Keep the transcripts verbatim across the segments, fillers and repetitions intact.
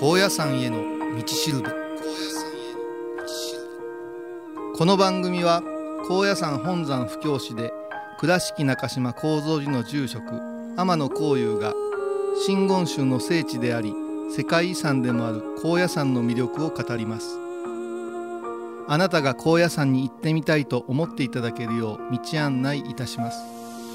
高野山への道しるべ。この番組は高野山本山布教師で倉敷中島高蔵寺の住職天野幸雄が真言宗の聖地であり世界遺産でもある高野山の魅力を語ります。あなたが高野山に行ってみたいと思っていただけるよう道案内いたします。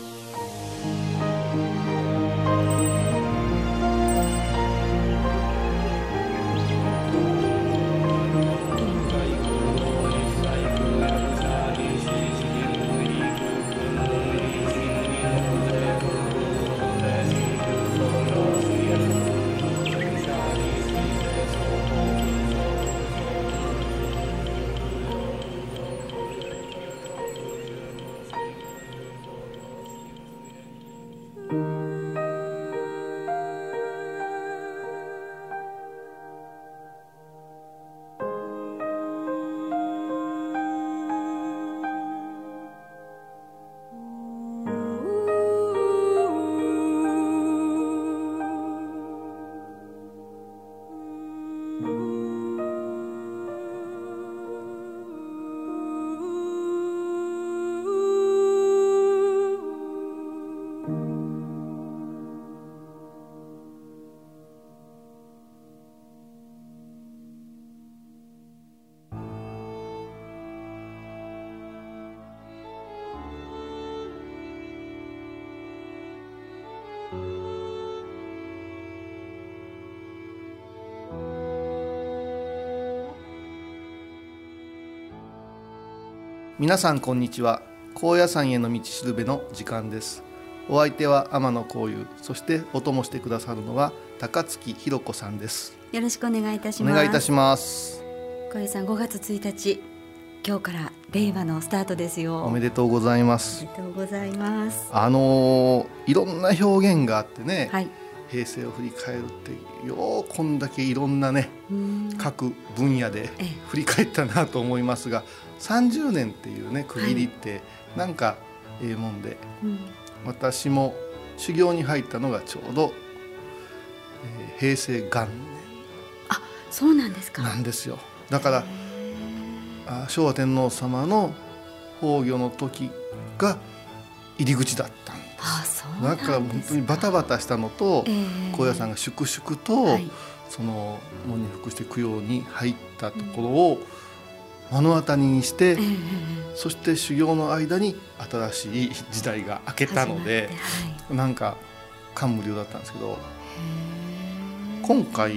皆さんこんにちは。高野山への道しるべの時間です。お相手は天野幸雄、そしてお供してくださるのは高槻弘子さんです。 よろしくお願いいたします。 お願いいたします。 小遊さん、ごがつついたち、今日から令和のスタートですよ。 おめでとうございます。 おめでとうございます。 あのー、いろんな表現があってね、はい、平成を振り返るってようこんだけいろんなね各分野で振り返ったなと思いますが、さんじゅうねんっていうね区切りってなんかええもんで、うん、私も修行に入ったのがちょうど、えー、平成元年。 あ、そうなんですか。 なんですよ。だからあ昭和天皇様の崩御の時が入り口だったんです。 あ、そうなんですか。 だから本当にバタバタしたのと、えー、高野山が粛々と、はい、その門に服して供養に入ったところを、うん、目の当たりにして、えー、そして修行の間に新しい時代が明けたので、はい、なんか感無量だったんですけど、今回、はい、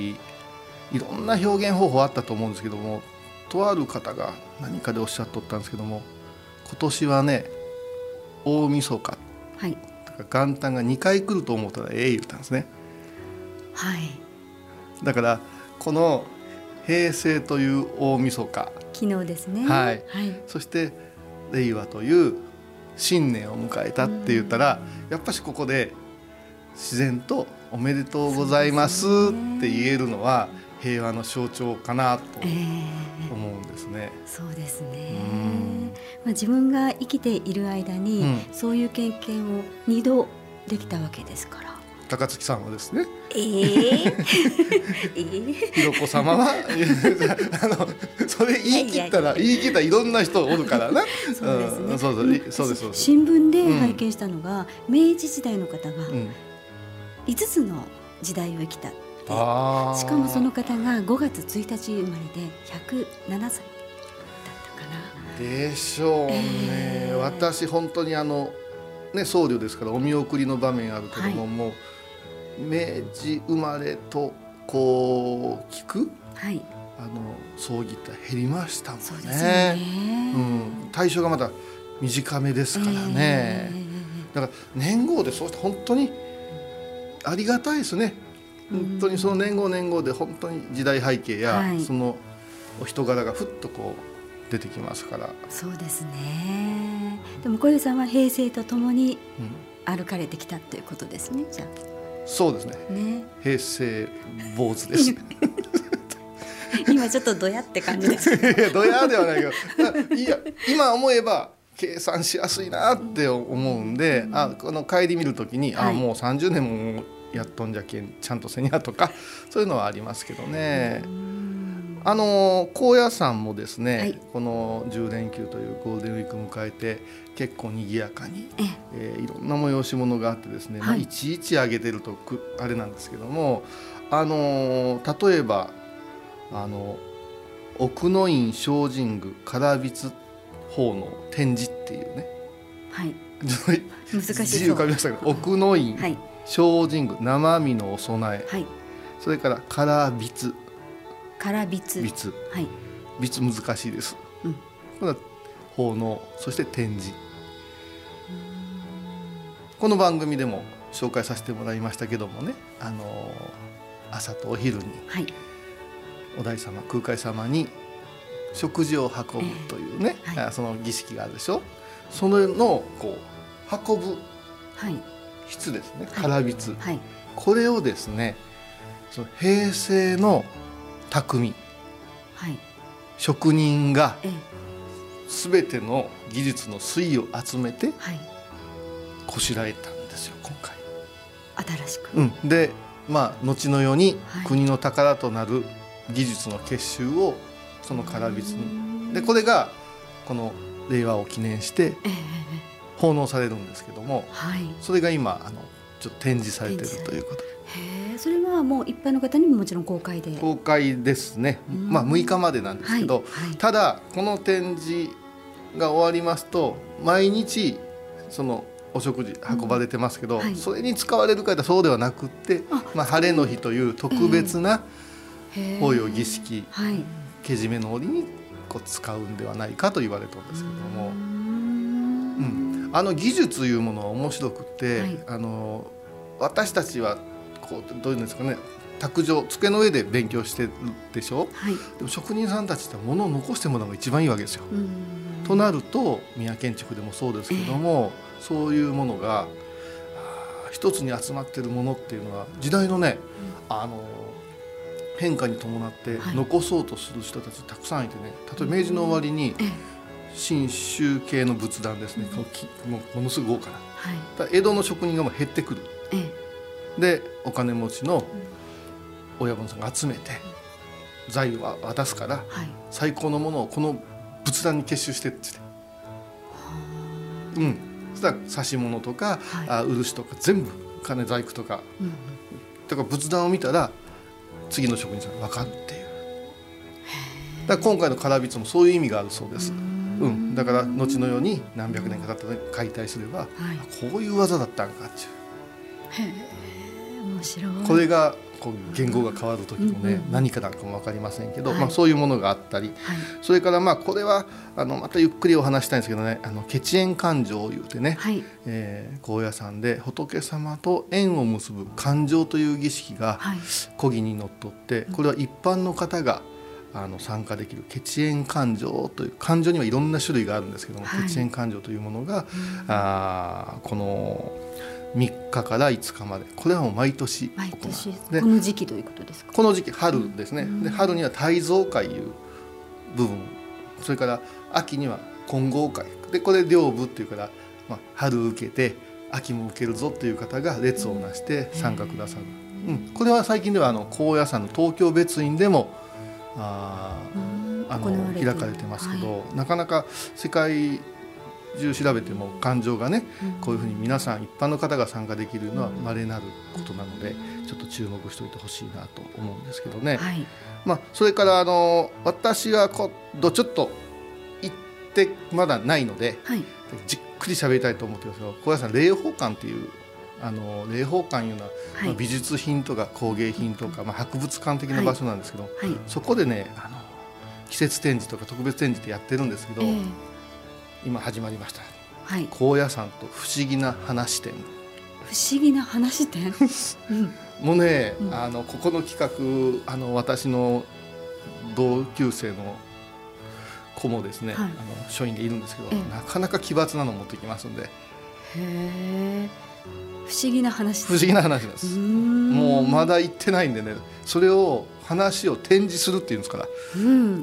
いろんな表現方法あったと思うんですけども、とある方が何かでおっしゃっとったんですけども、今年はね大晦日、はい、だから元旦がにかい来ると思ったらええ言ったんですね。 はい、 だからこの平成という大晦日、 昨日ですね、 はいはい、そして令和という新年を迎えたって言ったら、やっぱしここで自然とおめでとうございますって言えるのは平和の象徴かなと思うんですね。 えー、そうですね。まあ、自分が生きている間に、うん、そういう経験をにどできたわけですから。 高槻さんはですね、 えー、えー、 弘子様はあのそれ言い切ったら言い切ったらいろんな人おるからな。 そうですね。 そうそうそうです。 新聞で拝見したのが、うん、明治時代の方がいつつの時代を生きた。あ、しかもその方がごがつついたち生まれでひゃくななさいだったかな。 でしょうね。えー、私本当にあの、ね、僧侶ですからお見送りの場面あるけども、はい、もう明治生まれとこう聞く、はい、あの葬儀って減りましたもんね。 そうですよね、 うん、対象がまだ短めですからね、えー、だから年号でそうして本当にありがたいですね。本当にその年号年号で本当に時代背景や、はい、そのお人柄がふっとこう出てきますから。 そうですね。でも小遊さんは平成とともに歩かれてきたということですね、うん、じゃあ。 そうです ね, ね平成坊主です今ちょっとドヤって感じですドヤではないけどいや今思えば計算しやすいなって思うんで、うん、あこの帰り見るときに、はい、あもうさんじゅうねんもやっとんじゃけんちゃんとせにゃとかそういうのはありますけどね。あの高野山もですね、はい、このじゅう連休というゴールデンウィークを迎えて結構にぎやかに、ええー、いろんな催し物があってですね、はい、まあ、いちいち挙げてるとあれなんですけども、あの例えばあの奥の院精進宮唐櫃法の展示っていうね、 はい、 難しい字浮かびましたけど、奥の院、はい、精進宮生身のお供え、はい、それから唐櫃唐櫃櫃、はい、櫃難しいです、うん、これは奉納、そして展示。この番組でも紹介させてもらいましたけどもね、あのー、朝とお昼に、はい、お大様空海様に食事を運ぶというね、えーはい、その儀式があるでしょ。それのこう運ぶ筆ですね、唐櫃、はい、これをですね、その平成の匠、はい、職人が全ての技術の粋を集めてこしらえたんですよ、今回新しく、 うん、で、まあ、後の世に国の宝となる技術の結集をその唐櫃に、でこれがこの令和を記念して奉納されるんですけども、はい、それが今あのちょっと展示されているということで、 へ、それはもう一般の方にももちろん公開で公開ですね、まあ、むいかまでなんですけど、はいはい、ただこの展示が終わりますと毎日そのお食事運ばれてますけど、うん、はい、それに使われるかとそうではなくって、まあ、晴れの日という特別な法要儀式、はい、けじめの折にこう使うんではないかと言われてるんですけども、うん、あの技術いうものは面白くて、はい、あの私たちはこうどういうんですかね、卓上机の上で勉強してるでしょ、はい、でも職人さんたちって物を残してもらうのが一番いいわけですよ。となると宮建築でもそうですけども、えー、そういうものが一つに集まってるものっていうのは時代のね、うん、あの変化に伴って残そうとする人たちたくさんいてね、例えば明治の終わりに真宗系の仏壇ですね、うん、も, ものすごく豪華な、はい、江戸の職人がもう減ってくる、ええ、でお金持ちの親分さんが集めて財を渡すから、はい、最高のものをこの仏壇に結集してって言って、うん、そしたら指物とか、はい、あ漆とか全部金細工とか、うん、だから仏壇を見たら次の職人さんが分かるっていう。だから今回の唐櫃もそういう意味があるそうです。うん、うん、だから後のように何百年か経ったのに解体すれば、はい、こういう技だったんかっていう。 へー、面白い。 これがこう言語が変わる時もね、うんうん、何かなんかも分かりませんけど、はい、まあ、そういうものがあったり、はい、それからまあこれはあのまたゆっくりお話したいんですけどね、あの血縁勘定を言うてね、はい、えー、高野山で仏様と縁を結ぶ勘定という儀式が古儀にのっとって、これは一般の方があの参加できる血縁勘定という、勘定にはいろんな種類があるんですけども、はい、血縁勘定というものが、うん、あこのみっかからいつかまで、これはもう毎年行う。 毎年で、この時期どういうことですか？ この時期春ですね、うん、で春には大蔵会いう部分、それから秋には金剛会で、これ両部っていうから、まあ、春受けて秋も受けるぞという方が列をなして参加くださる、うん、これは最近ではあの高野山の東京別院でもああの開かれてますけど、はい、なかなか世界中調べても勘定がね、うん、こういうふうに皆さん一般の方が参加できるのは稀なることなので、ちょっと注目しておいてほしいなと思うんですけどね、はい、まあ、それからあの私は今度ちょっと行ってまだないので、はい、じっくり喋りたいと思ってますけど、高野山霊宝館っていうあの霊宝館いうのは、はい、まあ、美術品とか工芸品とか、まあ、博物館的な場所なんですけど、はいはい、そこでね、あの季節展示とか特別展示ってやってるんですけど、えー今始まりました、はい、高野山と不思議な話展。 不思議な話展、 うん、もうね、うん、あのここの企画、あの私の同級生の子もですね、はい、あの書院でいるんですけど、なかなか奇抜なのを持ってきますんで。 へー、不思議な話、 不思議な話です。もうまだ行ってないんでね、それを話を展示するっていうんですから、 うん、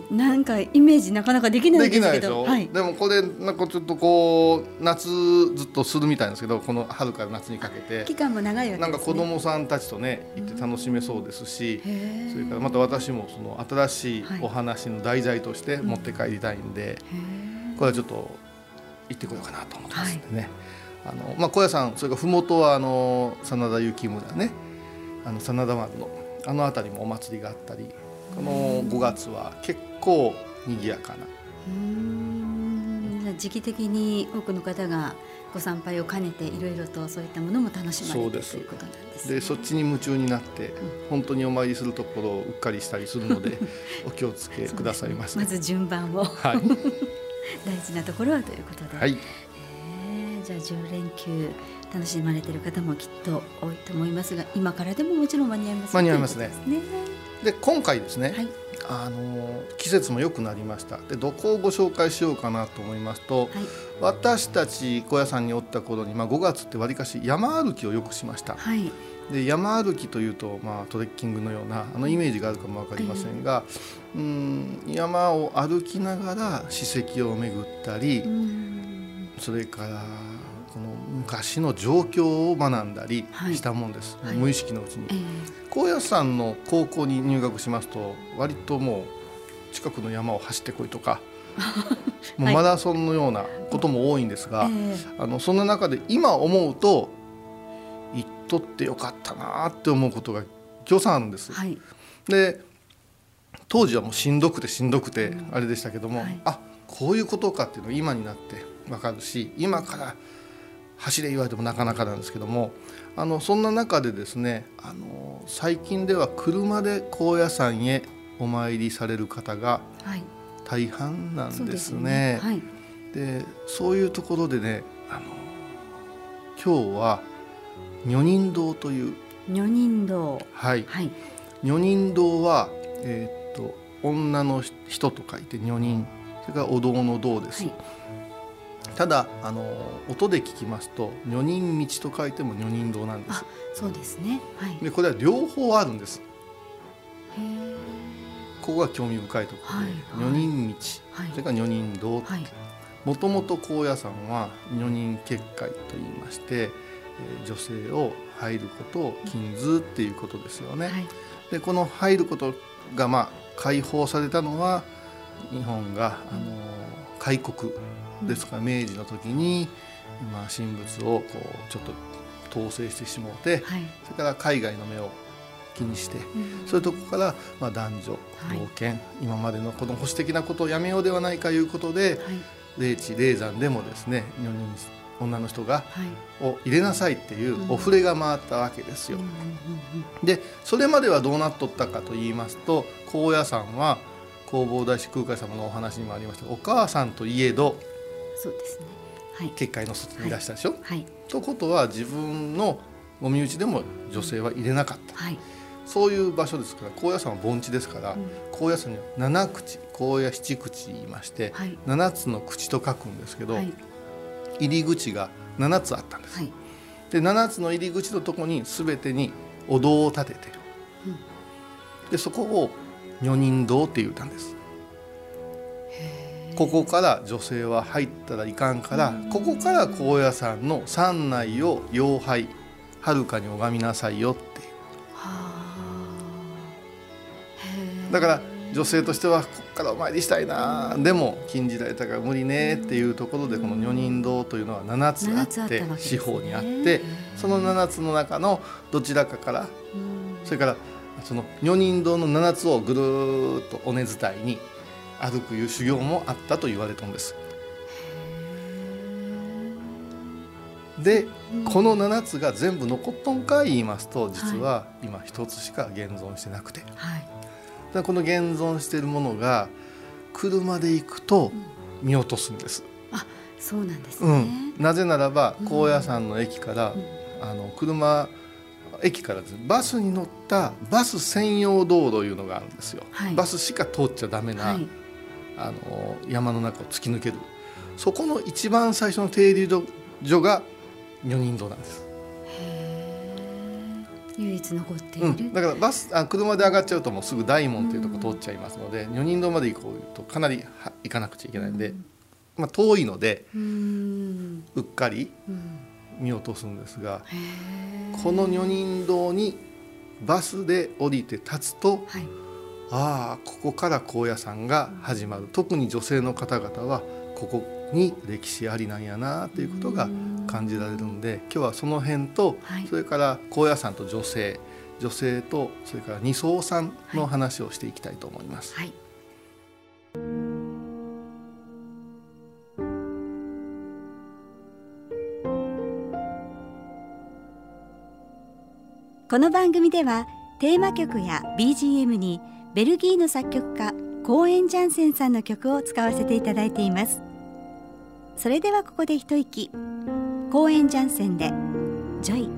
なんかイメージなかなかできないですけど、 できないでしょ、はい、でもこれなんかちょっとこう夏ずっとするみたいなんですけど、この春から夏にかけて期間も長いわけですね。 なんか子どもさんたちとね行って楽しめそうですし、それからまた私もその新しいお話の題材として持って帰りたいんで、これはちょっと行ってこようかなと思ってますんでね、はい、あのまあ、小屋さん、それから麓はあの真田幸村ね、あの真田丸のあの辺りもお祭りがあったり、このごがつは結構賑やかな、 うーん、時期的に多くの方がご参拝を兼ねていろいろとそういったものも楽しまれているということなんですね。 でそっちに夢中になって、うん、本当にお参りするところをうっかりしたりするのでお気をつけくださいませ、 ね、まず順番を、はい、大事なところはということで、はい、えー、じゃあじゅう連休楽しまれている方もきっと多いと思いますが、今からでももちろん間に合いますね。 間に合いますね。で今回ですね、はい、あの季節も良くなりました。でどこをご紹介しようかなと思いますと、はい、私たち小屋さんにおった頃に、まあ、ごがつってわりかし山歩きをよくしました、はい、で山歩きというと、まあ、トレッキングのようなあのイメージがあるかも分かりませんが、うん、うん山を歩きながら史跡を巡ったり、それからこの昔の状況を学んだりしたもんです、はい、無意識のうちに、はい、高野山の高校に入学しますと割ともう近くの山を走ってこいとかもうマラソンのようなことも多いんですが、はい、あのそんな中で今思うと行っとってよかったなって思うことがぎょうさんあるんです、はい、で当時はもうしんどくてしんどくてあれでしたけども、うん、はい、あこういうことかっていうのが今になって分かるし、今から走れ言われてもなかなかなんですけども、あのそんな中でですね、あの最近では車で高野山へお参りされる方が大半なんですね。はい、そうですね。はい、でそういうところでね、あの今日は女人堂という女人堂、 はい、はい、女人堂は、えー、っと女の人と書いて女人、それからお堂の堂です。はい、ただあの音で聞きますと女人道と書いても女人堂なんです。 あ、そうですね、はい、 でこれは両方あるんです。へー、ここが興味深いところで、はいはい、女人道、はい、それから女人堂、もともと高野山は女人結界といいまして、えー、女性を入ることを禁ずっていうことですよね、はい、でこの入ることが、まあ、解放されたのは日本が、あの開国ですから、明治の時に、まあ、神仏をこうちょっと統制してしまって、はい、それから海外の目を気にして、うん、そういうところから、まあ、男女同権、はい、今までのこの保守的なことをやめようではないかということで、はい、霊地霊山でもですね、女人女の人が、はい、を入れなさいっていうお触れが回ったわけですよ、うんうんうんうん、でそれまではどうなっとったかと言いますと、高野山は弘法大師空海様のお話にもありましたお母さんといえど、 そうですね、はい、 結界の外にいらしたでしょ、 はいはい、 ということは自分のお身内でも女性は入れなかった、はい、そういう場所ですから、高野山は盆地ですから、うん、高野山には七口、高野七口言いまして、はい、七つの口と書くんですけど、はい、入り口が七つあったんです、はい、で七つの入り口のところに全てにお堂を建てて、うん、でそこを女人堂って言ったんです。ここから女性は入ったらいかんから、ここから高野山の山内を妖拝はるかに拝みなさいよっていう。だから女性としてはここからお参りしたいな、でも禁じられたから無理ねっていうところで、この女人堂というのはななつあって四方にあって、そのななつの中のどちらかから、それからその女人堂のななつをぐるーっと尾根伝いに歩くいう修行もあったと言われたんです。で、このななつが全部残っとんか言いますと、実は今一つしか現存してなくて、はい、だこの現存しているものが車で行くと見落とすんです、 うん、あ、そうなんですね、 うん、なぜならば高野山の駅から、うん、あの車駅からです、ね、バスに乗ったバス専用道路いうのがあるんですよ、はい、バスしか通っちゃダメな、はい、あの山の中を突き抜ける、そこの一番最初の停留所が女人堂なんです。 へー、 唯一残っている、 うん、だからバスあ車で上がっちゃうともうすぐ大門っていうとこ通っちゃいますので、女人堂まで行こうとかなり行かなくちゃいけないんで、まあ、遠いのでうっかり見落とすんですが、この女人堂にバスで降りて立つと、はい、ああここから高野山が始まる、特に女性の方々はここに歴史ありなんやなということが感じられるんで、今日はその辺と、はい、それから高野山と女性女性とそれから二層さんの話をしていきたいと思います、はいはい。 この番組ではテーマ曲や ビージーエム にベルギーの作曲家コーエン・ジャンセンさんの曲を使わせていただいています。それではここで一息、コーエン・ジャンセンでジョイ。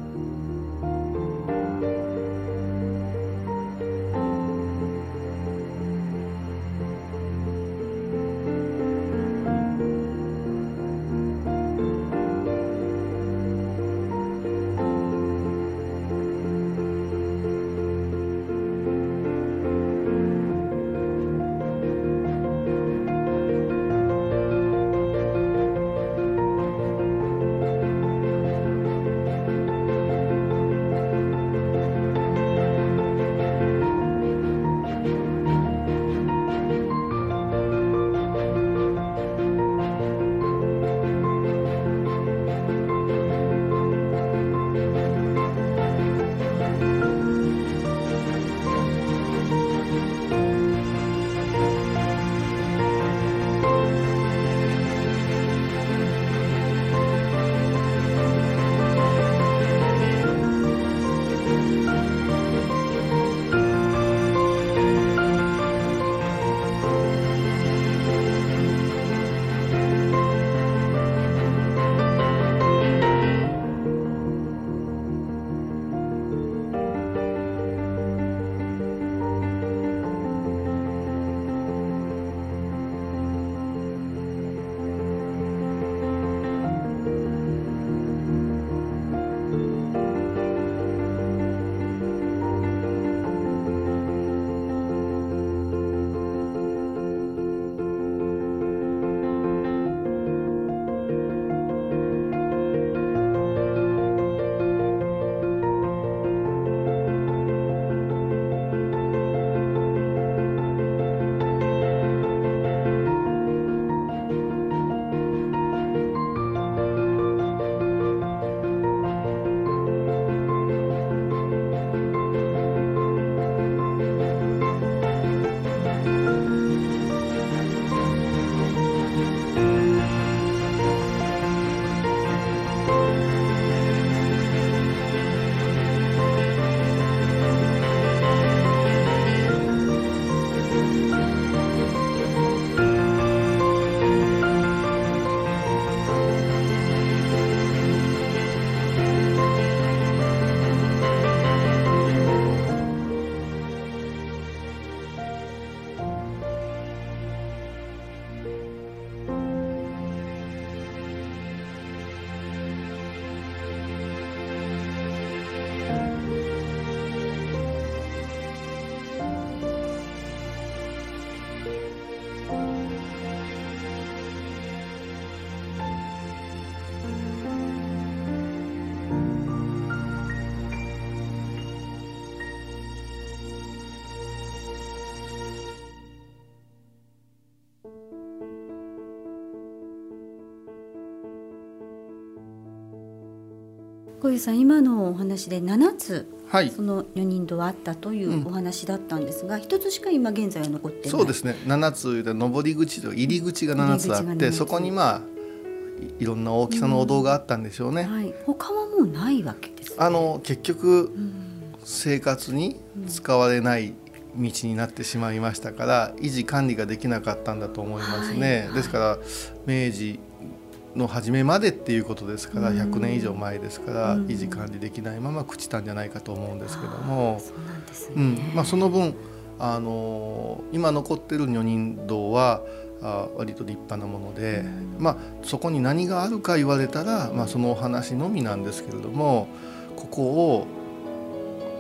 小遊さん、今のお話でななつ、はい、その女人堂はあったというお話だったんですが、一、うん、つしか今現在は残ってない。 そうですね、ななつで上り口と入り口がななつあって、そこにまあいろんな大きさのお堂があったんでしょうね、うんはい、 他はもうないわけですね。 あの結局、うん、生活に使われない道になってしまいましたから、維持管理ができなかったんだと思いますね、はいはい、ですから明治の初めまでっていうことですから、ひゃくねん以上前ですから、維持管理できないまま朽ちたんじゃないかと思うんですけども、 そうなんですね、 うんまあ、その分あの今残ってる女人堂はあ割と立派なもので、まあ、そこに何があるか言われたら、まあ、そのお話のみなんですけれども、ここを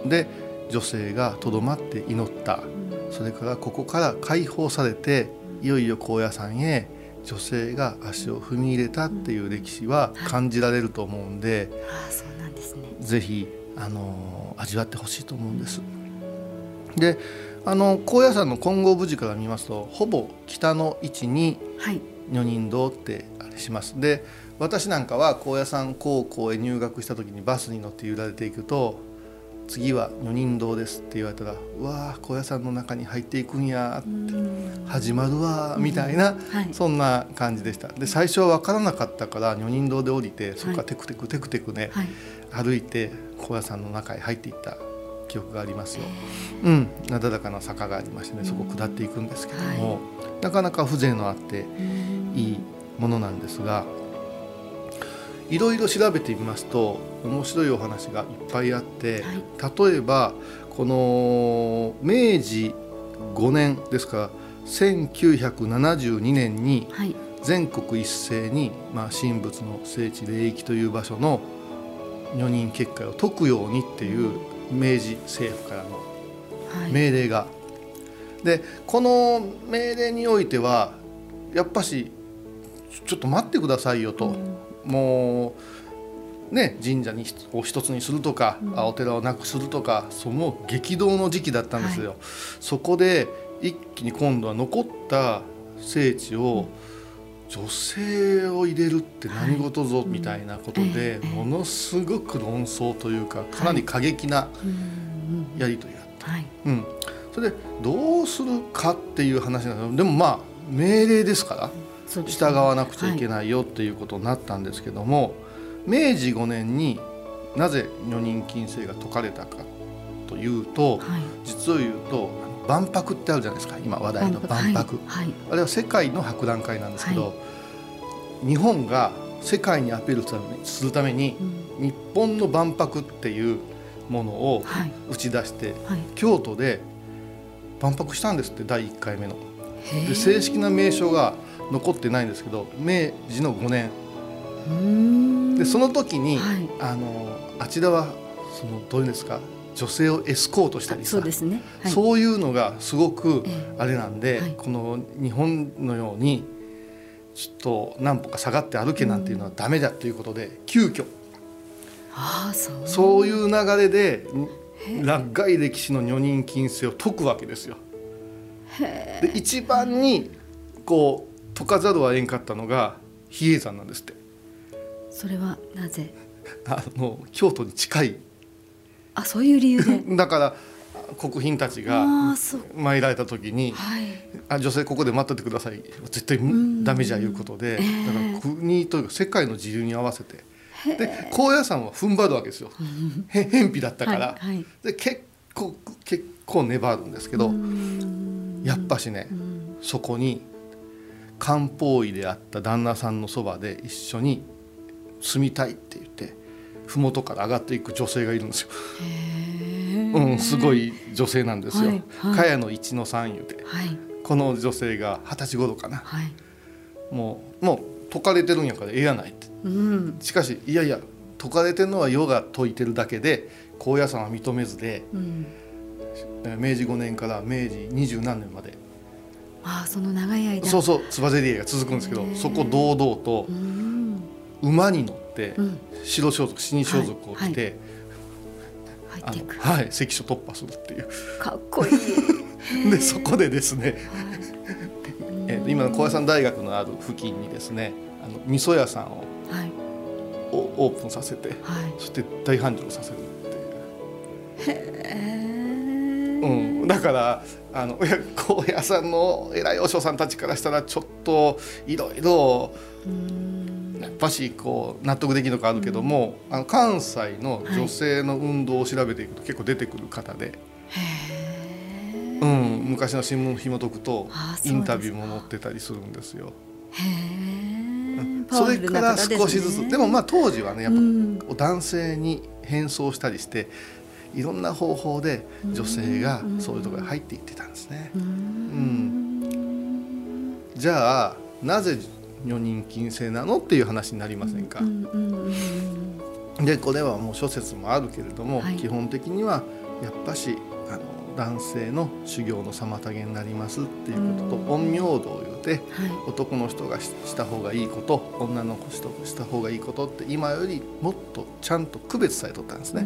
で女性がとどまって祈った、うん、それからここから解放されていよいよ高野山へ女性が足を踏み入れたっていう歴史は感じられると思うんで、 うんはい、あそうなんですね、 ぜひあの味わってほしいと思うんです。であの高野山の金剛無寺から見ますとほぼ北の位置に女人堂ってあれします。で私なんかは高野山高校へ入学した時にバスに乗って揺られていくと次は女人堂ですって言われたらうわー高野山の中に入っていくんやって始まるわみたいな、はい、そんな感じでした。で最初は分からなかったから女人堂で降りてそこからテクテクテクテクね、はい、歩いて高野山の中へ入っていった記憶がありますよ。うん、なだらかな坂がありましてねそこ下っていくんですけども、はい、なかなか風情のあっていいものなんですがいろいろ調べてみますと面白いお話がいっぱいあって、はい、例えばこのめいじごねんですからせんきゅうひゃくななじゅうにねんに全国一斉に、まあ、神仏の聖地霊域という場所の女人結界を解くようにっていう明治政府からの命令が、はい、でこの命令においてはやっぱしちょっと待ってくださいよと、うん、もうね神社にを一つにするとか、うん、お寺をなくするとかその激動の時期だったんですよ、はい、そこで一気に今度は残った聖地を女性を入れるって何事ぞみたいなことでものすごく論争というかかなり過激なやり取りがあった、はいうん、それでどうするかっていう話なんですけどでもまあ命令ですから従わなくちゃいけないよっていうことになったんですけども、めいじごねんになぜ女人禁制が解かれたかというと、はい、実を言うと万博ってあるじゃないですか今話題の万博、はいはい、あれは世界の博覧会なんですけど、はい、日本が世界にアピールするために、うん、日本の万博っていうものを打ち出して、はいはい、京都で万博したんですってだいいっかいめので正式な名称が残ってないんですけどめいじのごねんでその時に、はい、あのあちらはそのどういうんですか女性をエスコートしたりさそうですね、はい、 そういうのがすごくあれなんで、えーはい、この日本のようにちょっと何歩か下がって歩けなんていうのはダメだということで急遽あそう、 そういう流れで長い歴史の女人禁制を解くわけですよ。で一番にこう解かざるを得んかったのが比叡山なんですって。 それはなぜ？ あの京都に近い。 あそういう理由でだから国賓たちが参られた時に、はい、あ女性ここで待っててください絶対ダメじゃいうことで、えー、だから国というか世界の時流に合わせてで高野山は踏ん張るわけですよへ偏僻だったから、はいはい、で結構結構粘るんですけどやっぱしねそこに漢方医であった旦那さんのそばで一緒に住みたいって言って麓から上がっていく女性がいるんですよ。うん、すごい女性なんですよ。はいはい、茅野一の三湯で、はい、この女性が二十歳頃かな、はい、もうもう解かれてるんやからええやないって、うん、しかしいやいや解かれてるのは世が解いてるだけで高野山は認めずで、うん、めいじごねんからめいじにじゅうなんねんまであその長い間そうそうつばぜり合いが続くんですけどそこ堂々と馬に乗って、うん、白装束死に装束を着て、はいはい、はい、関所突破するっていうかっこいいでそこでですね、え今の高野山大学のある付近にですねあの味噌屋さんを、はい、オープンさせて、はい、そして大繁盛させるっていうへー、うん、だからあの高野山の偉い和尚さんたちからしたらちょっといろいろやっぱしこう納得できるのかあるけども、うん、あの関西の女性の運動を調べていくと結構出てくる方で、へー、うん、昔の新聞を紐解くとインタビューも載ってたりするんですよ。へー、それから少しずつ で,、ね、でもまあ当時はねやっぱ男性に変装したりしていろんな方法で女性がそういうところに入っていってたんですね。うんうん、じゃあなぜ女人禁制なのっていう話になりませんか。でこれはもう諸説もあるけれども、はい、基本的にはやっぱしあの男性の修行の妨げになりますっていうことと、陰陽道を言うて、はい、男の人がした方がいいこと、女の人がした方がいいことって今よりもっとちゃんと区別されとったんですね。うん、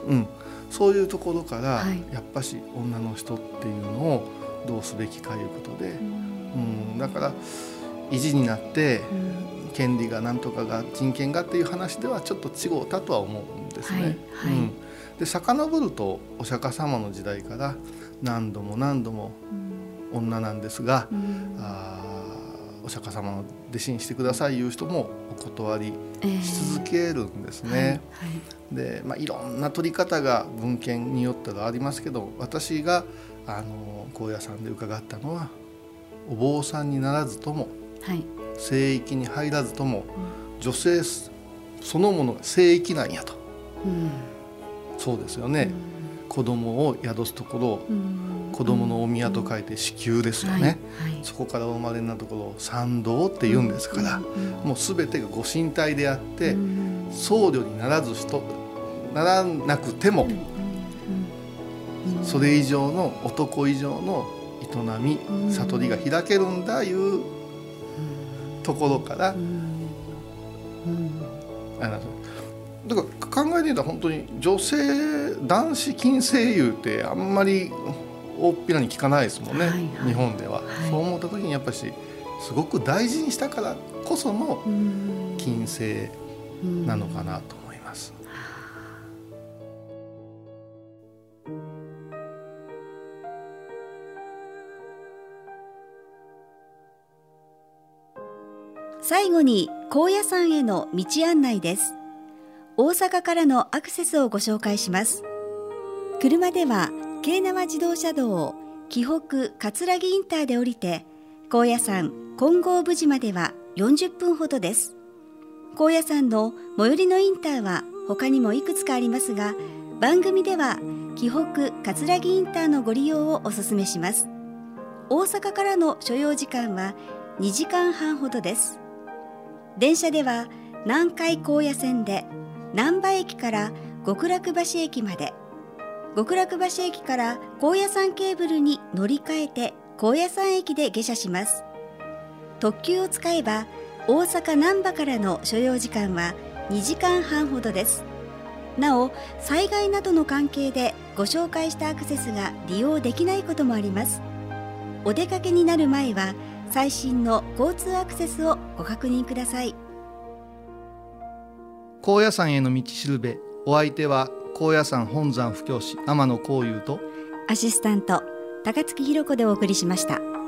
うん、そういうところから、はい、やっぱし女の人っていうのをどうすべきかいうことで、うん、だから意地になって、うん、権利がなんとかが人権がっていう話ではちょっと違うたとは思うんですね。はいはい、うん、で遡るとお釈迦様の時代から何度も何度も女なんですが、うん、あお釈迦様の弟子にしてくださいいう人もお断りし続けるんですね。えーはいはい、で、まあ、いろんな取り方が文献によってはありますけど、私があの高野山で伺ったのは、お坊さんにならずとも、はい、聖域に入らずとも、うん、女性そのものが聖域なんやと、うん、そうですよね、うん、子供を宿すところを、うん、子供のお宮と書いて子宮ですよね、はいはい、そこからお生まれになるところを参道って言うんですから、うん、もう全てがご神体であって、うん、僧侶にならず人ならなくても、うん、それ以上の男以上の営み、うん、悟りが開けるんだいうところから、うんうん、あのだから考えてみたら本当に女性男子禁制いうてあんまり大っぴらに聞かないですもんね、はいはい、日本では、はい、そう思った時にやっぱりすごく大事にしたからこその禁制なのかなと思います。 最後に高野山への道案内です。大阪からのアクセスをご紹介します。車では京奈和自動車道紀北葛城インターで降りて、高野山金剛無寺まではよんじゅっぷんほどです。高野山の最寄りのインターは他にもいくつかありますが、番組では紀北葛城インターのご利用をお勧めします。大阪からの所要時間はにじかんはんほどです。電車では南海高野線で難波駅から極楽橋駅まで、極楽橋駅から高野山ケーブルに乗り換えて高野山駅で下車します。特急を使えば大阪難波からの所要時間はにじかんはんほどです。なお、災害などの関係でご紹介したアクセスが利用できないこともあります。お出かけになる前は最新の交通アクセスをご確認ください。 高野山への道しるべ、お相手は高野山本山布教師天野幸雄とアシスタント高槻弘子でお送りしました。